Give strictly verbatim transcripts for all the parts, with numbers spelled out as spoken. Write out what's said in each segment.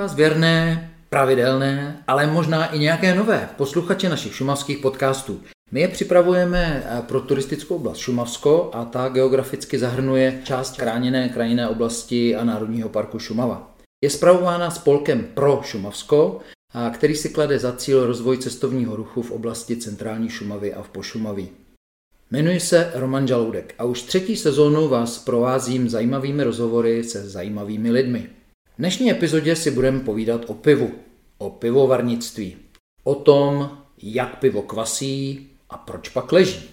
vás věrné, pravidelné, ale možná i nějaké nové posluchače našich šumavských podcastů. My je připravujeme pro turistickou oblast Šumavsko a ta geograficky zahrnuje část chráněné krajinné oblasti a Národního parku Šumava. Je spravována spolkem Pro Šumavsko, který si klade za cíl rozvoj cestovního ruchu v oblasti centrální Šumavy a v Pošumaví. Jmenuji se Roman Žaloudek a už třetí sezónu vás provázím zajímavými rozhovory se zajímavými lidmi. V dnešní epizodě si budeme povídat o pivu, o pivovarnictví, o tom, jak pivo kvasí a proč pak leží.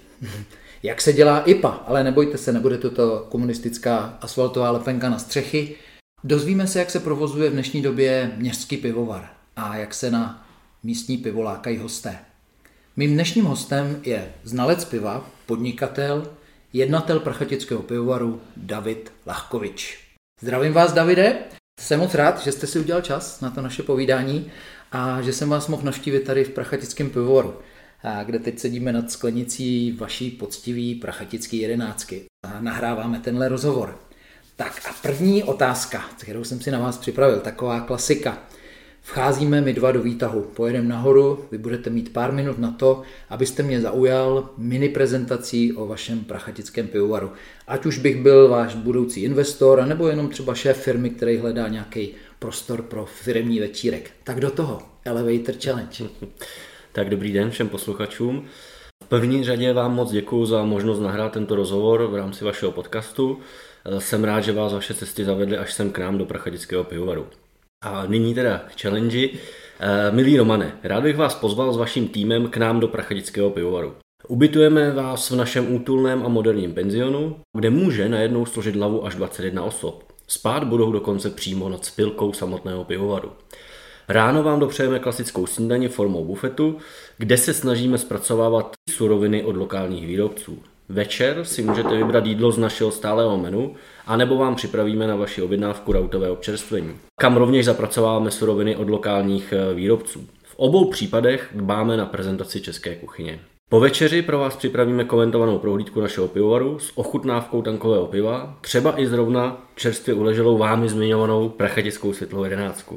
Jak se dělá I P A, ale nebojte se, nebude to komunistická asfaltová lepenka na střechy. Dozvíme se, jak se provozuje v dnešní době městský pivovar a jak se na místní pivo lákají hosté. Mým dnešním hostem je znalec piva, podnikatel, jednatel prachatického pivovaru David Lachkovič. Zdravím vás, Davide. Jsem moc rád, že jste si udělal čas na to naše povídání a že jsem vás mohl navštívit tady v prachatickém pivovaru, kde teď sedíme nad sklenicí vaší poctivý prachatický jedenáctky a nahráváme tenhle rozhovor. Tak a první otázka, kterou jsem si na vás připravil, taková klasika. Vcházíme my dva do výtahu, pojedeme nahoru, vy budete mít pár minut na to, abyste mě zaujal mini prezentací o vašem prachatickém pivovaru. Ať už bych byl váš budoucí investor, anebo jenom třeba šéf firmy, který hledá nějaký prostor pro firemní večírek. Tak do toho, Elevator Challenge. Tak dobrý den všem posluchačům. V první řadě vám moc děkuju za možnost nahrát tento rozhovor v rámci vašeho podcastu. Jsem rád, že vás vaše cesty zavedly až sem k nám do prachatického pivovaru. A nyní teda k challenge. Milý Romane, rád bych vás pozval s vaším týmem k nám do prachatického pivovaru. Ubytujeme vás v našem útulném a moderním penzionu, kde může najednou složit hlavu až dvacet jedna osob. Spát budou dokonce přímo nad spilkou samotného pivovaru. Ráno vám dopřejeme klasickou snídani formou bufetu, kde se snažíme zpracovávat suroviny od lokálních výrobců. Večer si můžete vybrat jídlo z našeho stálého menu, anebo vám připravíme na vaši objednávku rautové občerstvení, kam rovněž zapracováváme suroviny od lokálních výrobců. V obou případech dbáme na prezentaci české kuchyně. Po večeři pro vás připravíme komentovanou prohlídku našeho pivovaru s ochutnávkou tankového piva, třeba i zrovna čerstvě uleželou vámi zmiňovanou prachatickou světlou jedenáctku.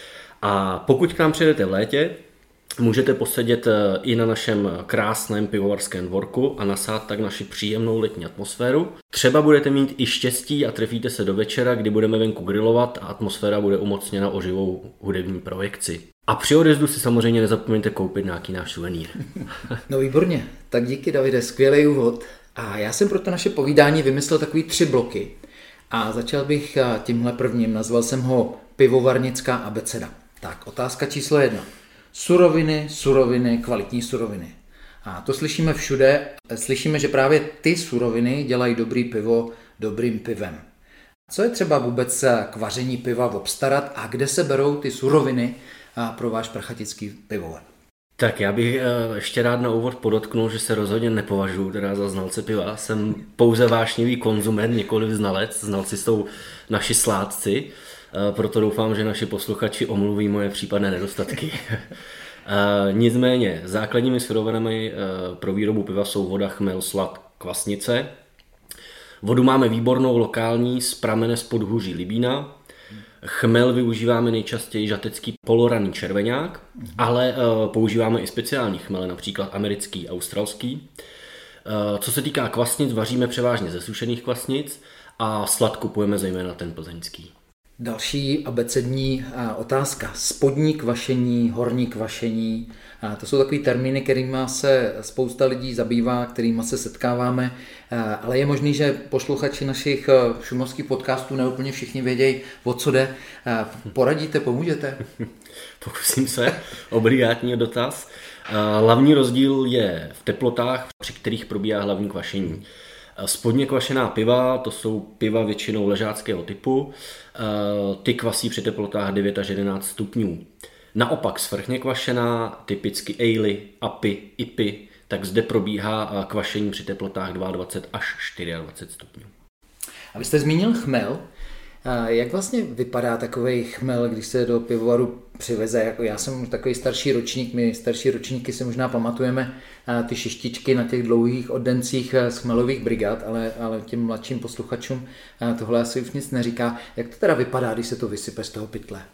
A pokud k nám přijedete v létě, můžete posedět i na našem krásném pivovarském dvorku a nasát tak naši příjemnou letní atmosféru. Třeba budete mít i štěstí a trefíte se do večera, kdy budeme venku grilovat a atmosféra bude umocněna oživou hudební projekci. A při odjezdu si samozřejmě nezapomeňte koupit nějaký náš suvenýr. No výborně, tak díky Davide, skvělý úvod. A já jsem pro to naše povídání vymyslel takový tři bloky. A začal bych tímhle prvním, nazval jsem ho pivovarnická abeceda. Tak, otázka číslo jedna. Suroviny, suroviny, kvalitní suroviny. A to slyšíme všude. Slyšíme, že právě ty suroviny dělají dobrý pivo dobrým pivem. Co je třeba vůbec k vaření piva obstarat a kde se berou ty suroviny pro váš prachatický pivovar? Tak já bych ještě rád na úvod podotknul, že se rozhodně nepovažuji teda za znalce piva. Jsem pouze vášnivý konzument, nikoliv znalec. Znalci jsou naši sládci. Proto doufám, že naši posluchači omluví moje případné nedostatky. Nicméně základními surovinami pro výrobu piva jsou voda, chmel, slad, kvasnice. Vodu máme výbornou lokální z pramene z podhůří Libína. Chmel využíváme nejčastěji žatecký poloraný červeňák, ale používáme i speciální chmele, například americký, australský. Co se týká kvasnic, vaříme převážně ze sušených kvasnic a slad kupujeme zejména ten plzeňský. Další abecední otázka. Spodní kvašení, horní kvašení. To jsou takový termíny, kterými se spousta lidí zabývá, kterými se setkáváme, ale je možný, že posluchači našich šumavských podcastů neúplně všichni vědějí, o co jde. Poradíte, pomůžete? Pokusím se. Obligátní dotaz. Hlavní rozdíl je v teplotách, při kterých probíhá hlavní kvašení. Spodně kvašená piva, to jsou piva většinou ležáckého typu, ty kvasí při teplotách devět až jedenáct stupňů. Naopak svrchně kvašená, typicky ale, apy, ipy, tak zde probíhá kvašení při teplotách dvacet dva až dvacet čtyři stupňů. A vy jste zmínil chmel. Jak vlastně vypadá takový chmel, když se do pivovaru přiveze? Jako já jsem takový starší ročník, my starší ročníky si možná pamatujeme ty šištičky na těch dlouhých oddencích z chmelových brigád, ale, ale těm mladším posluchačům tohle asi už nic neříká. Jak to teda vypadá, když se to vysype z toho pytle?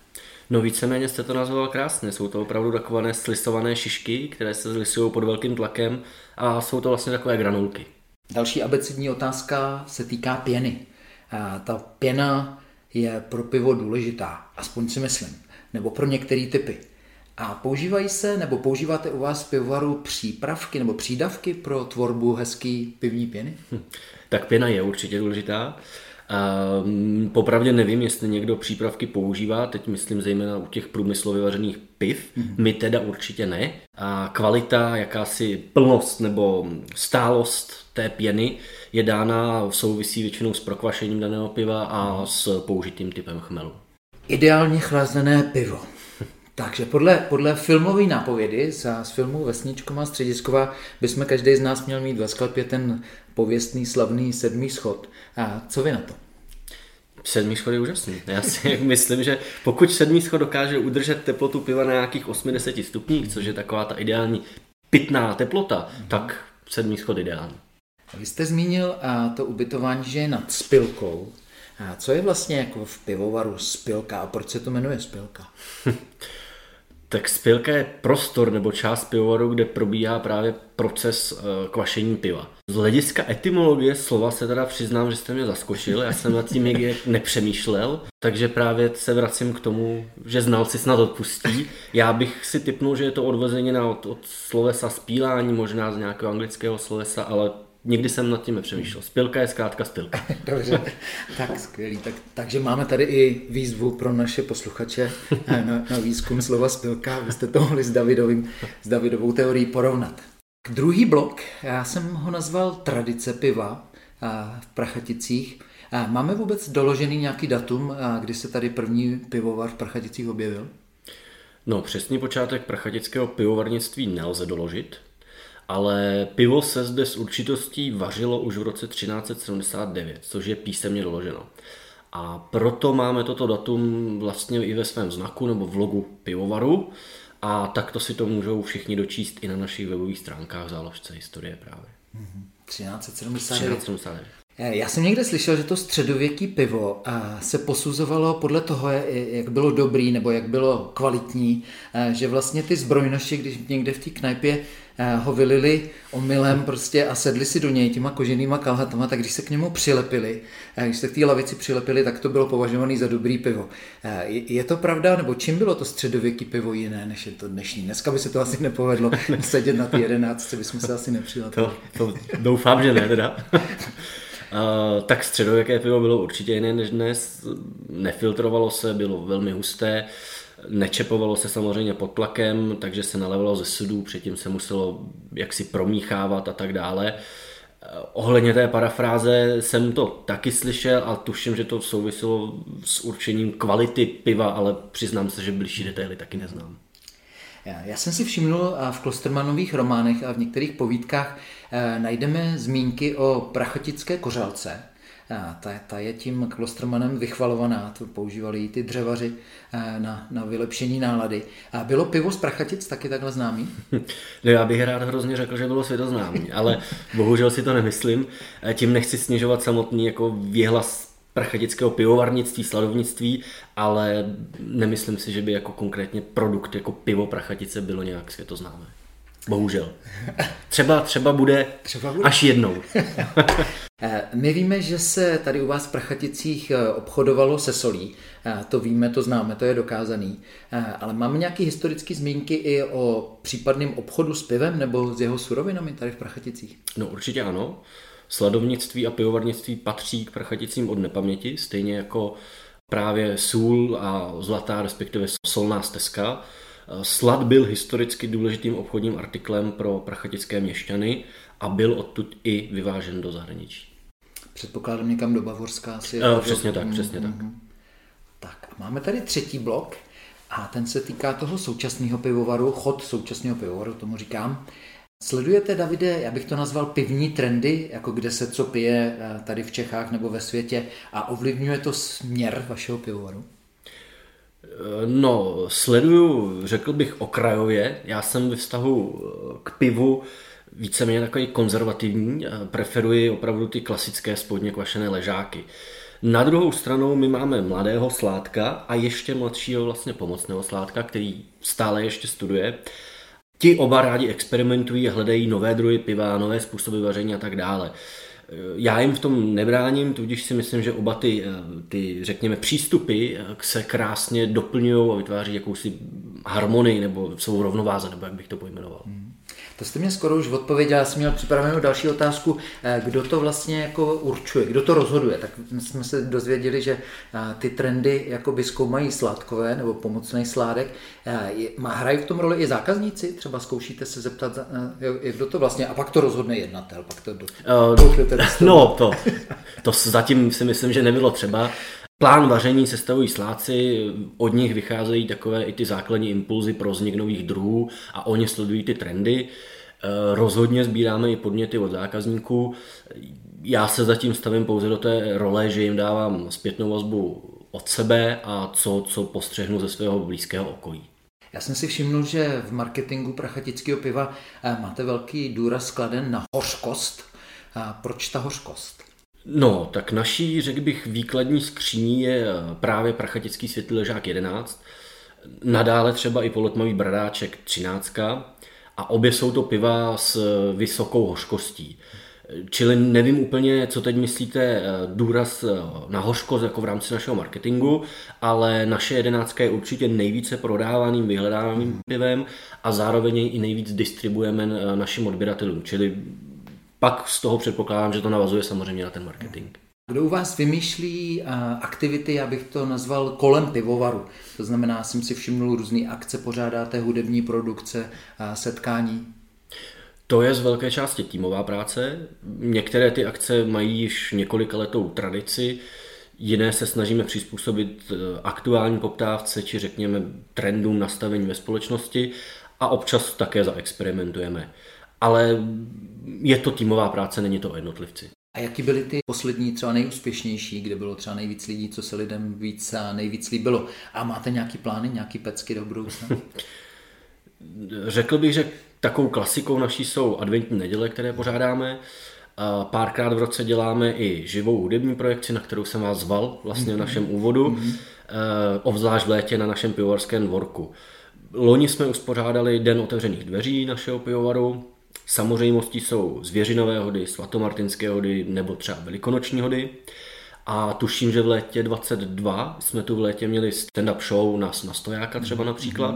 No víceméně jste to nazval krásně, jsou to opravdu takové slisované šišky, které se zlisují pod velkým tlakem a jsou to vlastně takové granulky. Další abecední otázka se týká pěny. A ta pěna je pro pivo důležitá, aspoň si myslím, nebo pro některé typy. A používají se, nebo používáte u vás v pivovaru přípravky nebo přídavky pro tvorbu hezký pivní pěny? Hm. Tak pěna je určitě důležitá. Um, popravdě nevím, jestli někdo přípravky používá, teď myslím zejména u těch průmyslově vařených piv, mm-hmm. my teda určitě ne. A kvalita, jakási plnost nebo stálost té pěny je dána, souvisí většinou s prokvašením daného piva a s použitým typem chmelu. Ideálně chlazené pivo. Takže podle, podle filmové nápovědy z, z filmu Vesničková středisková bychom každý z nás měl mít ve sklepě ten pověstný slavný sedmý schod. A co vy na to? Sedmý schod je úžasný. Já si myslím, že pokud sedmý schod dokáže udržet teplotu piva na nějakých osmdesáti stupních, což je taková ta ideální pitná teplota, mm. tak sedmý schod ideální. Vy jste zmínil a to ubytování, že je nad spilkou. A co je vlastně jako v pivovaru spilka a proč se to jmenuje spilka? Tak spilka je prostor nebo část pivovaru, kde probíhá právě proces kvašení piva. Z hlediska etymologie slova se teda přiznám, že jste mě zaskočil, já jsem nad tím někdy nepřemýšlel, takže právě se vracím k tomu, že znalci snad odpustí. Já bych si tipnul, že je to odvozeně od, od slovesa spílání, možná z nějakého anglického slovesa, ale nikdy jsem nad tím nepřemýšlel. Spilka je zkrátka spilka. Dobře, tak skvělý. Tak, takže máme tady i výzvu pro naše posluchače na, na výzkum slova spilka. Vy jste to mohli s, Davidovým, s Davidovou teorií porovnat. K druhý blok, já jsem ho nazval tradice piva v Prachaticích. Máme vůbec doložený nějaký datum, kdy se tady první pivovar v Prachaticích objevil? No, přesný počátek prachatického pivovarnictví nelze doložit, ale pivo se zde s určitostí vařilo už v roce třináct set sedmdesát devět, což je písemně doloženo. A proto máme toto datum vlastně i ve svém znaku nebo v logu pivovaru a takto si to můžou všichni dočíst i na našich webových stránkách v záložce historie právě. třináct set sedmdesát devět. třináct set sedmdesát devět. Já jsem někde slyšel, že to středověký pivo se posuzovalo podle toho, jak bylo dobrý nebo jak bylo kvalitní, že vlastně ty zbrojnoši, když někde v té knajpě ho vylili omylem prostě a sedli si do něj těma koženýma kalhatama, tak když se k němu přilepili, když se k té lavici přilepili, tak to bylo považované za dobrý pivo. Je to pravda, nebo čím bylo to středověký pivo jiné, než je to dnešní? Dneska by se to asi nepovedlo sedět na té jedenáctce, bychom se asi nepřilepili. To, to doufám, že ne teda. Uh, tak středověké pivo bylo určitě jiné než dnes, nefiltrovalo se, bylo velmi husté, nečepovalo se samozřejmě pod tlakem, takže se nalevalo ze sudů, předtím se muselo jaksi promíchávat a tak dále. Uh, ohledně té parafráze jsem to taky slyšel a tuším, že to souviselo s určením kvality piva, ale přiznám se, že bližší detaily taky neznám. Já jsem si všimnul v Klostermanových románech a v některých povídkách najdeme zmínky o prachatické kořalce. Ta, ta je tím Klostermanem vychvalovaná, to používali ty dřevaři na, na vylepšení nálady. A bylo pivo z Prachatic taky takhle známý? No já bych rád hrozně řekl, že bylo světoznámý, ale bohužel si to nemyslím. Tím nechci snižovat samotný jako věhlas prachatického pivovarnictví, sladovnictví, ale nemyslím si, že by jako konkrétně produkt jako pivo Prachatice bylo nějak světoznámé. Bohužel. Třeba, třeba, bude, třeba bude až jednou. My víme, že se tady u vás v Prachaticích obchodovalo se solí. To víme, to známe, to je dokázaný. Ale máme nějaké historické zmínky i o případném obchodu s pivem nebo s jeho surovinami tady v Prachaticích? No určitě ano. Sladovnictví a pivovarnictví patří k Prachaticím od nepaměti, stejně jako právě sůl a zlatá, respektive solná stezka. Slad byl historicky důležitým obchodním artiklem pro prachatické měšťany a byl odtud i vyvážen do zahraničí. Předpokládám někam do Bavorska asi. No, přesně tak, přesně mm-hmm. tak. Tak a máme tady třetí blok a ten se týká toho současného pivovaru, chod současného pivovaru, tomu říkám. Sledujete, Davide, já bych to nazval pivní trendy, jako kde se co pije tady v Čechách nebo ve světě a ovlivňuje to směr vašeho pivovaru? No, sleduju, řekl bych okrajově. Já jsem ve vztahu k pivu víceméně takový konzervativní, preferuji opravdu ty klasické spodně kvašené ležáky. Na druhou stranu my máme mladého Sládka a ještě mladšího vlastně pomocného Sládka, který stále ještě studuje. Ti oba rádi experimentují a hledají nové druhy piva, nové způsoby vaření a tak dále. Já jim v tom nebráním, tudíž si myslím, že oba ty, ty řekněme, přístupy se krásně doplňují a vytváří jakousi harmonii nebo jsou rovnováze, nebo jak bych to pojmenoval. Hmm. To jste mě skoro už odpověděl, já jsem měl připravenou další otázku, kdo to vlastně jako určuje, kdo to rozhoduje. Tak jsme se dozvěděli, že ty trendy jakoby zkoumají Sládkové nebo pomocný Sládek. Hrají v tom roli i zákazníci? Třeba zkoušíte se zeptat, jak kdo to vlastně, a pak to rozhodne jednatel. Pak to do... uh, no, to, to zatím si myslím, že nebylo třeba. Plán vaření sestavují Sládci, od nich vycházejí takové i ty základní impulzy pro vznik nových druhů a oni sledují ty trendy. Rozhodně sbíráme i podněty od zákazníků. Já se zatím stavím pouze do té role, že jim dávám zpětnou vazbu od sebe a co, co postřehnu ze svého blízkého okolí. Já jsem si všiml, že v marketingu prachatického piva máte velký důraz kladen na hořkost. Proč ta hořkost? No, tak naší, řekl bych, výkladní skříní je právě prachatický světlý ležák jedenáct, nadále třeba i polotmavý bradáček třináct a obě jsou to piva s vysokou hořkostí. Čili nevím úplně, co teď myslíte důraz na hořkost jako v rámci našeho marketingu, ale naše jedenáctka je určitě nejvíce prodávaným, vyhledávaným pivem a zároveň i nejvíc distribuujeme našim odběratelům, čili pak z toho předpokládám, že to navazuje samozřejmě na ten marketing. Kdo u vás vymýšlí aktivity, já bych to nazval kolem pivovaru? To znamená, jsem si všimnul různé akce, pořádáte hudební produkce, setkání? To je z velké části týmová práce. Některé ty akce mají již několikaletou tradici, jiné se snažíme přizpůsobit aktuální poptávce, či řekněme trendům nastavení ve společnosti a občas také zaexperimentujeme. Ale je to týmová práce, není to o jednotlivci. A jaký byly ty poslední třeba nejúspěšnější, kde bylo třeba nejvíc lidí, co se lidem víc a nejvíc líbilo? A máte nějaký plány, nějaký pecky do budoucna? Řekl bych, že takovou klasikou naší jsou adventní neděle, které pořádáme. Párkrát v roce děláme i živou hudební projekci, na kterou jsem vás zval vlastně v našem úvodu, mm-hmm. obzvlášť v létě na našem pivovarském dvorku. Loni jsme uspořádali Den otevřených dveří našeho pivovaru. Samozřejmostí jsou zvěřinové hody, svatomartinské hody nebo třeba velikonoční hody. A tuším, že v létě dvacet dva jsme tu v létě měli stand-up show na, na Stojáka třeba například.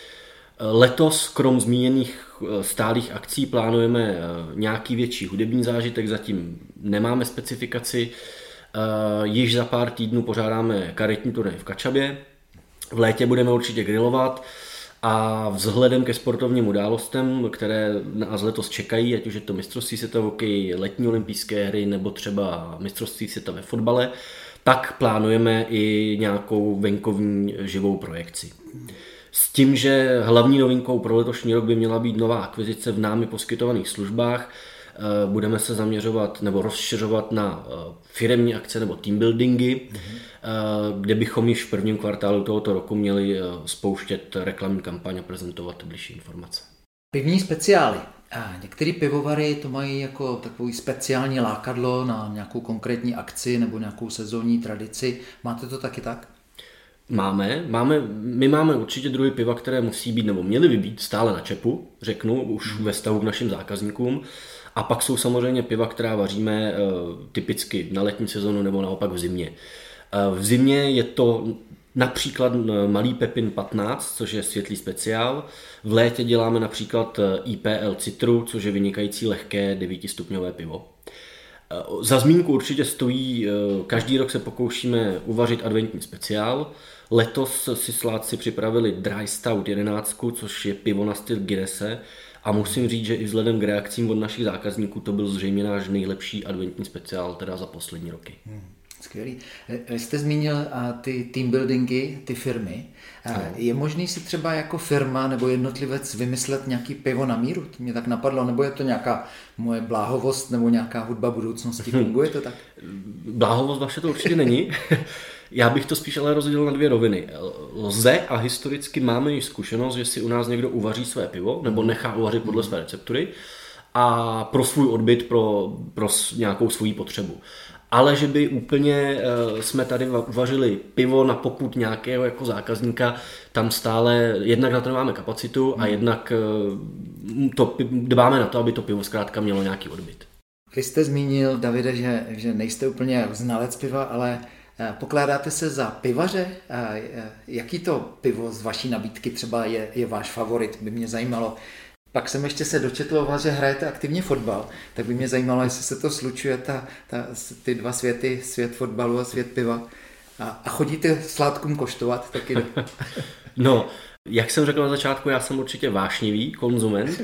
Letos, krom zmíněných stálých akcí, plánujeme nějaký větší hudební zážitek, zatím nemáme specifikaci. Již za pár týdnů pořádáme karetní turnaj v Kačabě. V létě budeme určitě grilovat. A vzhledem ke sportovním událostem, které nás letos čekají, ať už je to mistrovství světa v hokeji, letní olympijské hry nebo třeba mistrovství světa ve fotbale, tak plánujeme i nějakou venkovní živou projekci. S tím, že hlavní novinkou pro letošní rok by měla být nová akvizice v námi poskytovaných službách, budeme se zaměřovat nebo rozšiřovat na firemní akce nebo teambuildingy, mm-hmm. kde bychom již v prvním kvartálu tohoto roku měli spouštět reklamní kampaň a prezentovat bližší informace. Pivní speciály. A některé pivovary to mají jako takový speciální lákadlo na nějakou konkrétní akci nebo nějakou sezónní tradici. Máte to taky tak? Máme, máme, my máme určitě druhy piva, které musí být nebo měly by být stále na čepu, řeknu, už mm. ve vztahu k našim zákazníkům. A pak jsou samozřejmě piva, která vaříme typicky na letní sezonu nebo naopak v zimě. V zimě je to například Malý Pepin patnáct, což je světlý speciál. V létě děláme například I P L Citru, což je vynikající lehké devítistupňové pivo. Za zmínku určitě stojí, každý rok se pokoušíme uvařit adventní speciál. Letos si Sládci připravili Dry Stout jedenáct, což je pivo na styl Guinnesse. A musím říct, že i vzhledem k reakcím od našich zákazníků to byl zřejmě náš nejlepší adventní speciál teda za poslední roky. Hmm, skvělý. Vy jste zmínil a, ty teambuildingy, ty firmy. A, no. Je možný si třeba jako firma nebo jednotlivec vymyslet nějaký pivo na míru? To mě tak napadlo. Nebo je to nějaká moje bláhovost nebo nějaká hudba budoucnosti? Funguje to tak? Bláhovost vaše to určitě není. Já bych to spíš ale rozdělil na dvě roviny. Lze a historicky máme již zkušenost, že si u nás někdo uvaří své pivo nebo nechá uvařit podle své receptury a pro svůj odbyt, pro, pro nějakou svoji potřebu. ale že by úplně jsme tady uvařili pivo na popud nějakého jako zákazníka, tam stále jednak na to nemáme kapacitu a jednak to, dbáme na to, aby to pivo zkrátka mělo nějaký odbyt. Vy jste zmínil, Davide, že, že nejste úplně znalec piva, ale pokládáte se za pivaře? Jaký to pivo z vaší nabídky třeba je, je váš favorit? By mě zajímalo. Pak jsem ještě se dočetl o vás, že hrajete aktivně fotbal, tak by mě zajímalo, jestli se to slučuje, ta, ta, ty dva světy, svět fotbalu a svět piva. A, a chodíte sládkům koštovat taky? No, jak jsem řekl na začátku, já jsem určitě vášnivý konzument.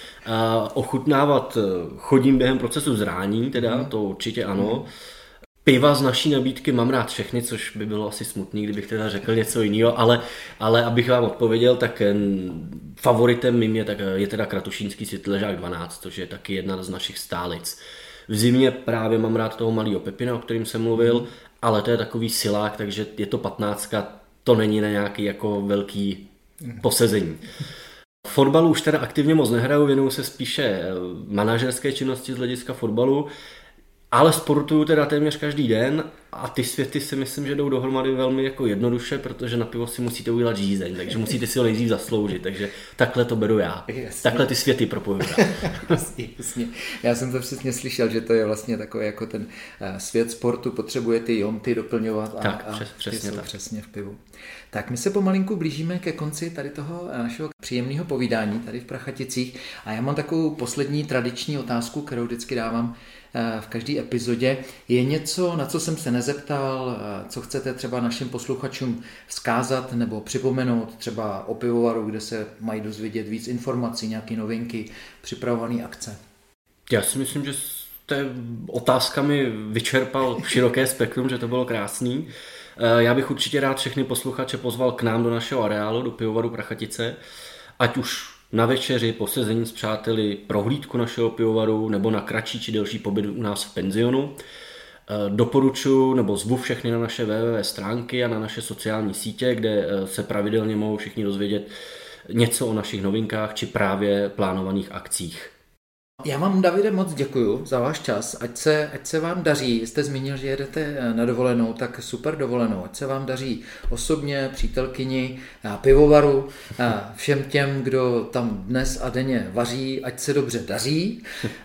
A ochutnávat chodím během procesu zrání, teda mm. to určitě ano. Mm. Piva z naší nabídky mám rád všechny, což by bylo asi smutný, kdybych teda řekl něco jiného, ale, ale abych vám odpověděl, tak favoritem mým je, tak je teda Kratošínský Světležák dvanáct, což je taky jedna z našich stálic. V zimě právě mám rád toho malého Pepina, o kterým jsem mluvil, ale to je takový silák, takže je to patnáctka, to není na nějaký jako velký posezení. Fotbalu už teda aktivně moc nehraju, věnuju se spíše manažerské činnosti z hlediska fotbalu, ale sportuju teda téměř každý den a ty světy si myslím, že jdou dohromady velmi jako jednoduše, protože na pivo si musíte udělat žízeň, takže musíte si ho nejdřív zasloužit, takže takhle to beru já. Jasně. Takhle ty světy propojuju já. Jasně, jasně. Já jsem to přesně slyšel, že to je vlastně takový jako ten svět sportu, potřebuje ty jonty doplňovat a, tak, a přes, přesně ty jsou tak. přesně v pivu. Tak my se pomalinku blížíme ke konci tady toho našeho příjemného povídání tady v Prachaticích a já mám takovou poslední tradiční otázku, kterou vždycky dávám v každé epizodě. Je něco, na co jsem se nezeptal, co chcete třeba našim posluchačům vzkázat nebo připomenout třeba o pivovaru, kde se mají dozvědět víc informací, nějaké novinky, připravované akce? Já si myslím, že jste otázkami vyčerpal široké spektrum, že to bylo krásný. Já bych určitě rád všechny posluchače pozval k nám do našeho areálu, do pivovaru Prachatice, ať už na večeři, posezení s přáteli, prohlídku našeho pivovaru nebo na kratší či delší pobyt u nás v penzionu. Doporučuji nebo zvu všechny na naše www stránky a na naše sociální sítě, kde se pravidelně mohou všichni dozvědět něco o našich novinkách či právě plánovaných akcích. Já vám, Davide, moc děkuju za váš čas, ať se, ať se vám daří, jste zmínil, že jedete na dovolenou, tak super dovolenou, ať se vám daří osobně, přítelkyni, pivovaru, všem těm, kdo tam dnes a denně vaří, ať se dobře daří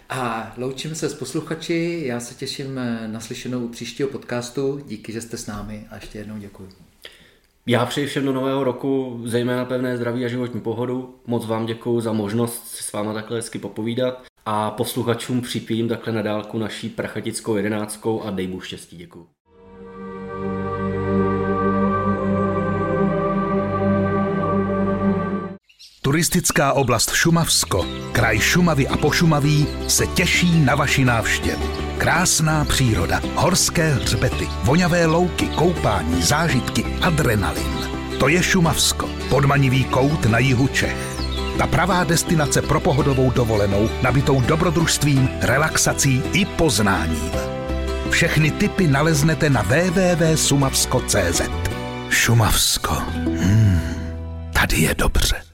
a loučím se s posluchači, já se těším na slyšenou příštího podcastu, díky, že jste s námi a ještě jednou děkuju. Já přeji všem do nového roku zejména pevné zdraví a životní pohodu, moc vám děkuju za možnost si s váma takhle hezky popovídat. A posluchačům připijím takhle na dálku naší prachatickou jedenáctkou a dej Bůh štěstí. Děkuju. Turistická oblast Šumavsko, kraj Šumavy a Pošumaví se těší na vaši návštěvu. Krásná příroda, horské hřbety, voňavé louky, koupání, zážitky, adrenalin. To je Šumavsko, podmanivý kout na jihu Čech. Ta pravá destinace pro pohodovou dovolenou, nabitou dobrodružstvím, relaxací i poznáním. Všechny tipy naleznete na w w w tečka sumavsko tečka cé zet. Šumavsko. Hmm, tady je dobře.